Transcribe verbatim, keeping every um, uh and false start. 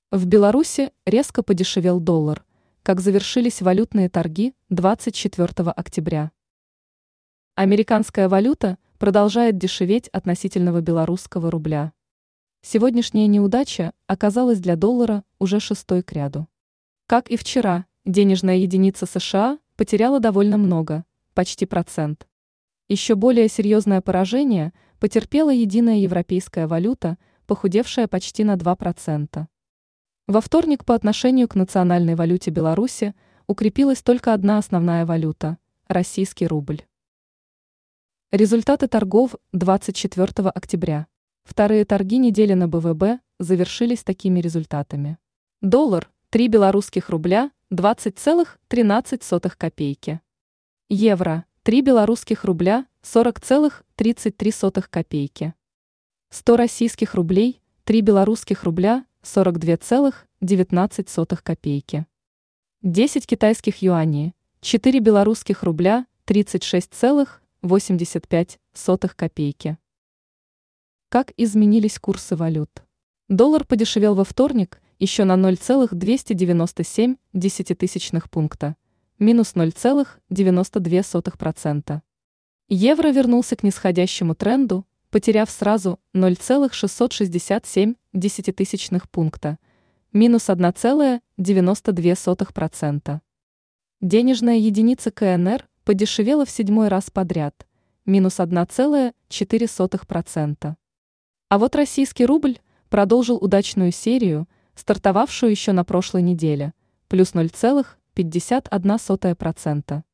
В Беларуси резко подешевел доллар, как завершились валютные торги двадцать четвёртого октября. Американская валюта продолжает дешеветь относительного белорусского рубля. Сегодняшняя неудача оказалась для доллара уже шестой кряду. Как и вчера, денежная единица США потеряла довольно много, почти процент. Еще более серьезное поражение потерпела единая европейская валюта, похудевшая почти на два процента. Во вторник по отношению к национальной валюте Беларуси укрепилась только одна основная валюта – российский рубль. Результаты торгов двадцать четвёртого октября. Вторые торги недели на бэ вэ бэ завершились такими результатами. Доллар – три белорусских рубля двадцать целых тринадцать сотых копейки. Евро – три белорусских рубля сорок целых тридцать три сотых копейки. сто российских рублей – три белорусских рубля сорок две целых девятнадцать сотых копейки. десять китайских юаней – четыре белорусских рубля тридцать шесть целых восемьдесят пять сотых копейки. Как изменились курсы валют? Доллар подешевел во вторник еще на ноль целых двести девяносто семь десятитысячных пункта, минус ноль целых девяносто две сотых процента. Евро вернулся к нисходящему тренду, потеряв сразу ноль целых шестьсот шестьдесят семь десятитысячных пункта, минус одна целая девяносто две сотых процента. Денежная единица ка эн эр подешевела в седьмой раз подряд, минус одна целая четыре сотых процента. А вот российский рубль продолжил удачную серию, стартовавшую еще на прошлой неделе, плюс ноль целых пятьдесят одна сотая процента.